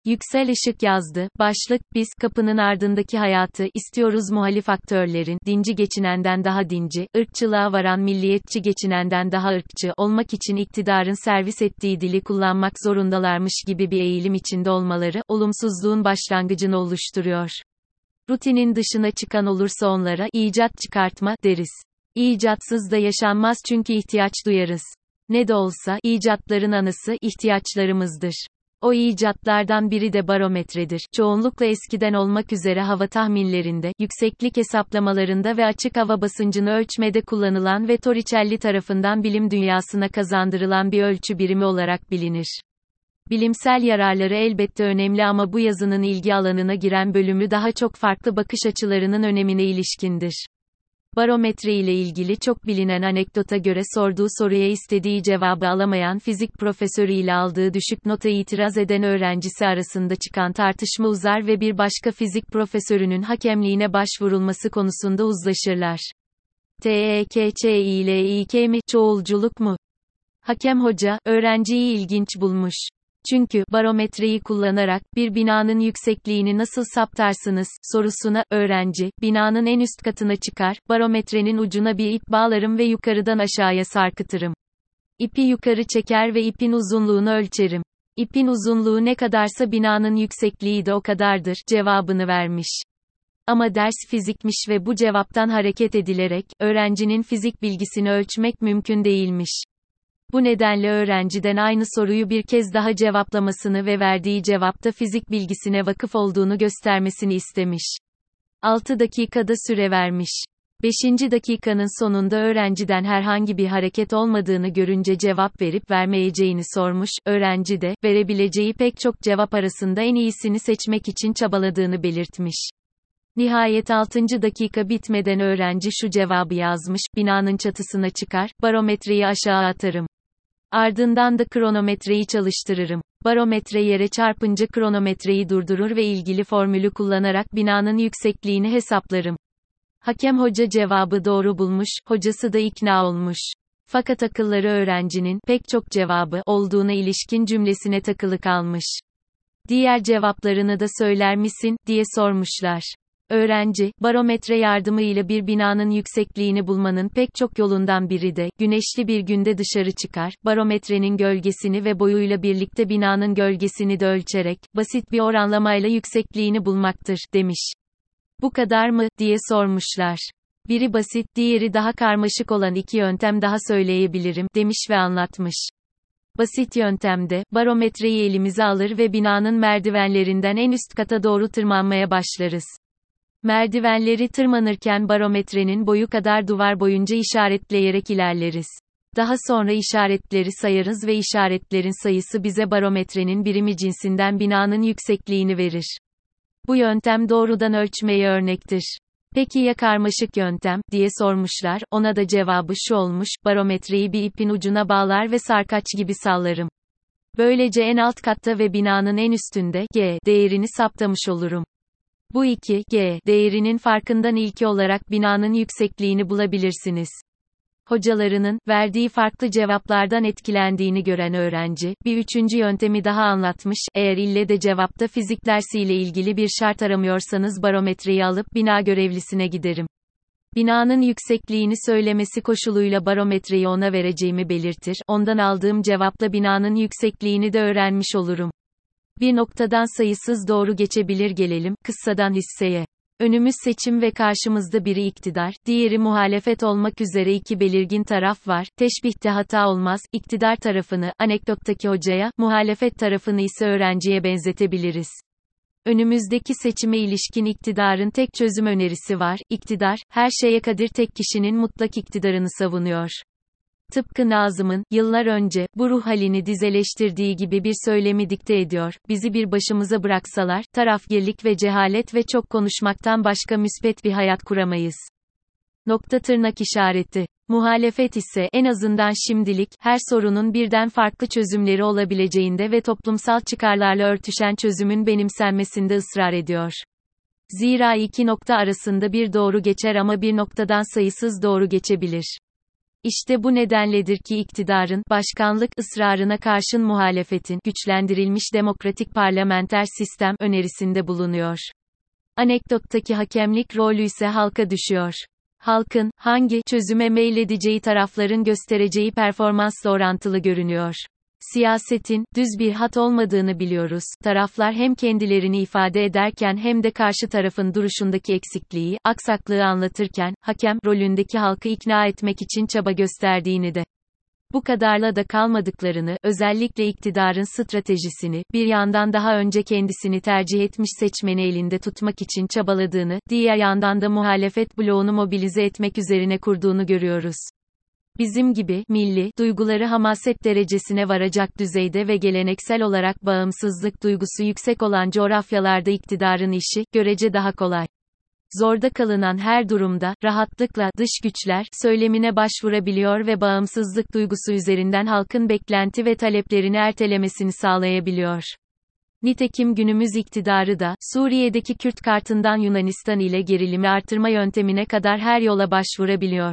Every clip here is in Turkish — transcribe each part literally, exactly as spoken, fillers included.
Yüksel Işık yazdı. Başlık, biz, kapının ardındaki hayatı, istiyoruz muhalif aktörlerin, dinci geçinenden daha dinci, ırkçılığa varan milliyetçi geçinenden daha ırkçı, olmak için iktidarın servis ettiği dili kullanmak zorundalarmış gibi bir eğilim içinde olmaları, olumsuzluğun başlangıcını oluşturuyor. Rutinin dışına çıkan olursa onlara, icat çıkartma, deriz. İcatsız da yaşanmaz çünkü ihtiyaç duyarız. Ne de olsa, icatların anası, ihtiyaçlarımızdır. O icatlardan biri de barometredir. Çoğunlukla eskiden olmak üzere hava tahminlerinde, yükseklik hesaplamalarında ve açık hava basıncını ölçmede kullanılan ve Torricelli tarafından bilim dünyasına kazandırılan bir ölçü birimi olarak bilinir. Bilimsel yararları elbette önemli ama bu yazının ilgi alanına giren bölümü daha çok farklı bakış açılarının önemine ilişkindir. Barometre ile ilgili çok bilinen anekdota göre sorduğu soruya istediği cevabı alamayan fizik profesörü ile aldığı düşük nota itiraz eden öğrencisi arasında çıkan tartışma uzar ve bir başka fizik profesörünün hakemliğine başvurulması konusunda uzlaşırlar. T E K Ç İ L İ K mi, çoğulculuk mu? Hakem hoca, öğrenciyi ilginç bulmuş. Çünkü, barometreyi kullanarak, bir binanın yüksekliğini nasıl saptarsınız, sorusuna, öğrenci, binanın en üst katına çıkar, barometrenin ucuna bir ip bağlarım ve yukarıdan aşağıya sarkıtırım. İpi yukarı çeker ve ipin uzunluğunu ölçerim. İpin uzunluğu ne kadarsa binanın yüksekliği de o kadardır, cevabını vermiş. Ama ders fizikmiş ve bu cevaptan hareket edilerek, öğrencinin fizik bilgisini ölçmek mümkün değilmiş. Bu nedenle öğrenciden aynı soruyu bir kez daha cevaplamasını ve verdiği cevapta fizik bilgisine vakıf olduğunu göstermesini istemiş. altı dakikada süre vermiş. beşinci dakikanın sonunda öğrenciden herhangi bir hareket olmadığını görünce cevap verip vermeyeceğini sormuş, öğrenci de, verebileceği pek çok cevap arasında en iyisini seçmek için çabaladığını belirtmiş. Nihayet altıncı dakika bitmeden öğrenci şu cevabı yazmış, binanın çatısına çıkar, barometreyi aşağı atarım. Ardından da kronometreyi çalıştırırım. Barometre yere çarpınca kronometreyi durdurur ve ilgili formülü kullanarak binanın yüksekliğini hesaplarım. Hakem hoca cevabı doğru bulmuş, hocası da ikna olmuş. Fakat akılları öğrencinin, pek çok cevabı, olduğuna ilişkin cümlesine takılı kalmış. Diğer cevaplarını da söyler misin, diye sormuşlar. Öğrenci, barometre yardımıyla bir binanın yüksekliğini bulmanın pek çok yolundan biri de, güneşli bir günde dışarı çıkar, barometrenin gölgesini ve boyuyla birlikte binanın gölgesini de ölçerek, basit bir oranlamayla yüksekliğini bulmaktır, demiş. Bu kadar mı, diye sormuşlar. Biri basit, diğeri daha karmaşık olan iki yöntem daha söyleyebilirim, demiş ve anlatmış. Basit yöntemde, barometreyi elimize alır ve binanın merdivenlerinden en üst kata doğru tırmanmaya başlarız. Merdivenleri tırmanırken barometrenin boyu kadar duvar boyunca işaretleyerek ilerleriz. Daha sonra işaretleri sayarız ve işaretlerin sayısı bize barometrenin birimi cinsinden binanın yüksekliğini verir. Bu yöntem doğrudan ölçmeye örnektir. Peki ya karmaşık yöntem, diye sormuşlar, ona da cevabı şu olmuş, barometreyi bir ipin ucuna bağlar ve sarkaç gibi sallarım. Böylece en alt katta ve binanın en üstünde, G, değerini saptamış olurum. Bu iki, G, değerinin farkından ilki olarak binanın yüksekliğini bulabilirsiniz. Hocalarının, verdiği farklı cevaplardan etkilendiğini gören öğrenci, bir üçüncü yöntemi daha anlatmış, eğer ille de cevapta fizik dersiyle ilgili bir şart aramıyorsanız barometreyi alıp bina görevlisine giderim. Binanın yüksekliğini söylemesi koşuluyla barometreyi ona vereceğimi belirtir, ondan aldığım cevapla binanın yüksekliğini de öğrenmiş olurum. Bir noktadan sayısız doğru geçebilir gelelim, kıssadan hisseye. Önümüz seçim ve karşımızda biri iktidar, diğeri muhalefet olmak üzere iki belirgin taraf var, teşbihte hata olmaz, iktidar tarafını, anekdottaki hocaya, muhalefet tarafını ise öğrenciye benzetebiliriz. Önümüzdeki seçime ilişkin iktidarın tek çözüm önerisi var, iktidar, her şeye kadir tek kişinin mutlak iktidarını savunuyor. Tıpkı Nazım'ın, yıllar önce, bu ruh halini dizeleştirdiği gibi bir söylemi dikte ediyor, bizi bir başımıza bıraksalar, tarafgirlik ve cehalet ve çok konuşmaktan başka müspet bir hayat kuramayız. Nokta tırnak işareti. Muhalefet ise, en azından şimdilik, her sorunun birden farklı çözümleri olabileceğinde ve toplumsal çıkarlarla örtüşen çözümün benimsenmesinde ısrar ediyor. Zira iki nokta arasında bir doğru geçer ama bir noktadan sayısız doğru geçebilir. İşte bu nedenledir ki iktidarın, başkanlık ısrarına karşın muhalefetin, güçlendirilmiş demokratik parlamenter sistem, önerisinde bulunuyor. Anekdottaki hakemlik rolü ise halka düşüyor. Halkın, hangi çözüme meyledeceği tarafların göstereceği performansla orantılı görünüyor. Siyasetin, düz bir hat olmadığını biliyoruz. Taraflar hem kendilerini ifade ederken hem de karşı tarafın duruşundaki eksikliği, aksaklığı anlatırken, hakem, rolündeki halkı ikna etmek için çaba gösterdiğini de. Bu kadarla da kalmadıklarını, özellikle iktidarın stratejisini, bir yandan daha önce kendisini tercih etmiş seçmeni elinde tutmak için çabaladığını, diğer yandan da muhalefet bloğunu mobilize etmek üzerine kurduğunu görüyoruz. Bizim gibi, milli, duyguları hamaset derecesine varacak düzeyde ve geleneksel olarak bağımsızlık duygusu yüksek olan coğrafyalarda iktidarın işi, görece daha kolay. Zorda kalınan her durumda, rahatlıkla, dış güçler, söylemine başvurabiliyor ve bağımsızlık duygusu üzerinden halkın beklenti ve taleplerini ertelemesini sağlayabiliyor. Nitekim günümüz iktidarı da, Suriye'deki Kürt kartından Yunanistan ile gerilimi artırma yöntemine kadar her yola başvurabiliyor.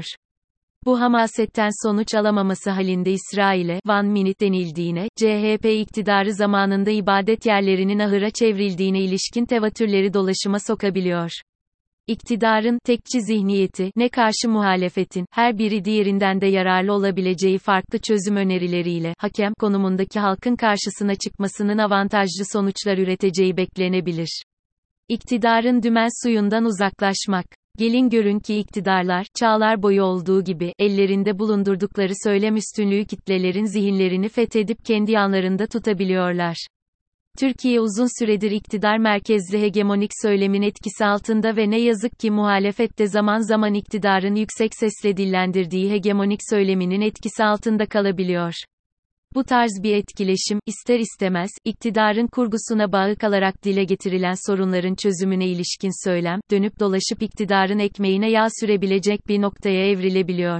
Bu hamasetten sonuç alamaması halinde İsrail'e, one minute denildiğine, C H P iktidarı zamanında ibadet yerlerinin ahıra çevrildiğine ilişkin tevatürleri dolaşıma sokabiliyor. İktidarın, tekçi zihniyeti, ne karşı muhalefetin, her biri diğerinden de yararlı olabileceği farklı çözüm önerileriyle, hakem, konumundaki halkın karşısına çıkmasının avantajlı sonuçlar üreteceği beklenebilir. İktidarın dümen suyundan uzaklaşmak. Gelin görün ki iktidarlar, çağlar boyu olduğu gibi, ellerinde bulundurdukları söylem üstünlüğü kitlelerin zihinlerini fethedip kendi yanlarında tutabiliyorlar. Türkiye uzun süredir iktidar merkezli hegemonik söylemin etkisi altında ve ne yazık ki muhalefet de zaman zaman iktidarın yüksek sesle dillendirdiği hegemonik söyleminin etkisi altında kalabiliyor. Bu tarz bir etkileşim, ister istemez, iktidarın kurgusuna bağlı kalarak dile getirilen sorunların çözümüne ilişkin söylem, dönüp dolaşıp iktidarın ekmeğine yağ sürebilecek bir noktaya evrilebiliyor.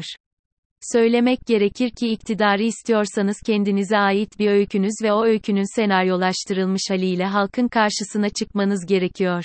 Söylemek gerekir ki iktidarı istiyorsanız kendinize ait bir öykünüz ve o öykünün senaryolaştırılmış haliyle halkın karşısına çıkmanız gerekiyor.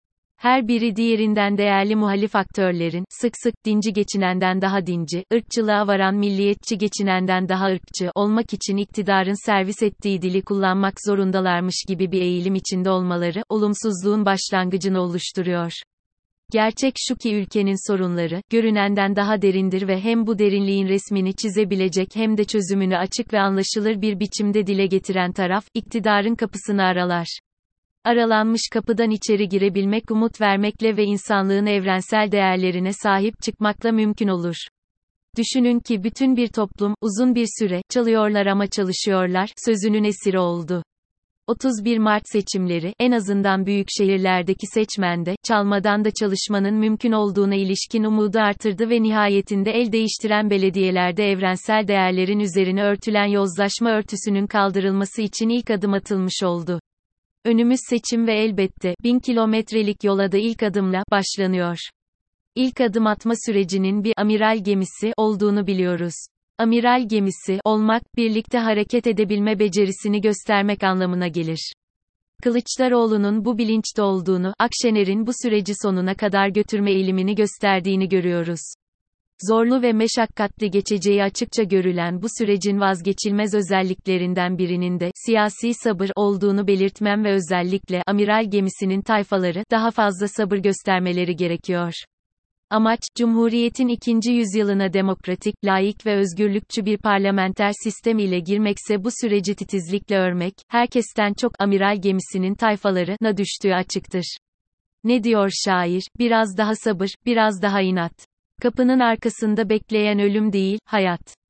Her biri diğerinden değerli muhalif aktörlerin, sık sık, dinci geçinenden daha dinci, ırkçılığa varan milliyetçi geçinenden daha ırkçı, olmak için iktidarın servis ettiği dili kullanmak zorundalarmış gibi bir eğilim içinde olmaları, olumsuzluğun başlangıcını oluşturuyor. Gerçek şu ki ülkenin sorunları, görünenden daha derindir ve hem bu derinliğin resmini çizebilecek hem de çözümünü açık ve anlaşılır bir biçimde dile getiren taraf, iktidarın kapısını aralar. Aralanmış kapıdan içeri girebilmek umut vermekle ve insanlığın evrensel değerlerine sahip çıkmakla mümkün olur. Düşünün ki bütün bir toplum, uzun bir süre, çalıyorlar ama çalışıyorlar, sözünün esiri oldu. otuz bir Mart seçimleri, en azından büyük şehirlerdeki seçmende, çalmadan da çalışmanın mümkün olduğuna ilişkin umudu artırdı ve nihayetinde el değiştiren belediyelerde evrensel değerlerin üzerine örtülen yozlaşma örtüsünün kaldırılması için ilk adım atılmış oldu. Önümüz seçim ve elbette, bin kilometrelik yola da ilk adımla, başlanıyor. İlk adım atma sürecinin bir, amiral gemisi, olduğunu biliyoruz. Amiral gemisi, olmak, birlikte hareket edebilme becerisini göstermek anlamına gelir. Kılıçdaroğlu'nun bu bilinçte olduğunu, Akşener'in bu süreci sonuna kadar götürme eğilimini gösterdiğini görüyoruz. Zorlu ve meşakkatli geçeceği açıkça görülen bu sürecin vazgeçilmez özelliklerinden birinin de, siyasi sabır, olduğunu belirtmem ve özellikle, amiral gemisinin tayfaları, daha fazla sabır göstermeleri gerekiyor. Amaç, Cumhuriyet'in ikinci yüzyılına demokratik, laik ve özgürlükçü bir parlamenter sistem ile girmekse bu süreci titizlikle örmek, herkesten çok, amiral gemisinin tayfalarına düştüğü açıktır. Ne diyor şair? Biraz daha sabır, biraz daha inat. Kapının arkasında bekleyen ölüm değil, hayat.